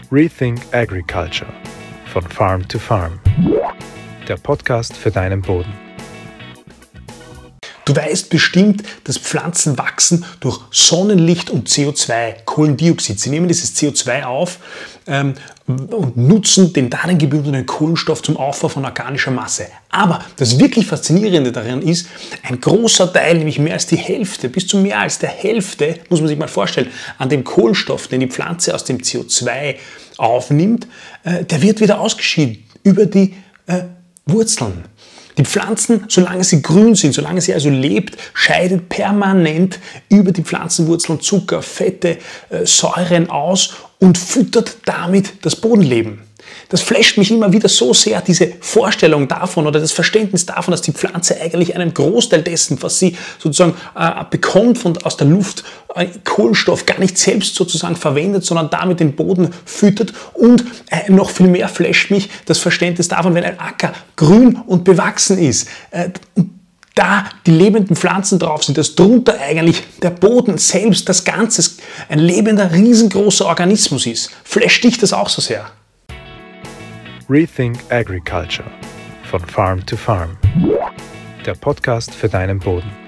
Rethink Agriculture – von Farm to Farm. Der Podcast für deinen Boden. Du weißt bestimmt, dass Pflanzen wachsen durch Sonnenlicht und CO2, Kohlendioxid. Sie nehmen dieses CO2 auf und nutzen den darin gebundenen Kohlenstoff zum Aufbau von organischer Masse. Aber das wirklich Faszinierende daran ist, ein großer Teil, nämlich mehr als die Hälfte, bis zu mehr als der Hälfte, muss man sich mal vorstellen, an dem Kohlenstoff, den die Pflanze aus dem CO2 aufnimmt, der wird wieder ausgeschieden über die Wurzeln. Die Pflanzen, solange sie grün sind, solange sie also lebt, scheidet permanent über die Pflanzenwurzeln Zucker, Fette, Säuren aus und füttert damit das Bodenleben. Das flasht mich immer wieder so sehr, diese Vorstellung davon oder das Verständnis davon, dass die Pflanze eigentlich einen Großteil dessen, was sie sozusagen bekommt aus der Luft, Kohlenstoff gar nicht selbst sozusagen verwendet, sondern damit den Boden füttert. Und noch viel mehr flasht mich das Verständnis davon, wenn ein Acker grün und bewachsen ist, da die lebenden Pflanzen drauf sind, dass drunter eigentlich der Boden selbst, das Ganze, ein lebender, riesengroßer Organismus ist. Flasht dich das auch so sehr? Rethink Agriculture – von Farm to Farm. Der Podcast für deinen Boden.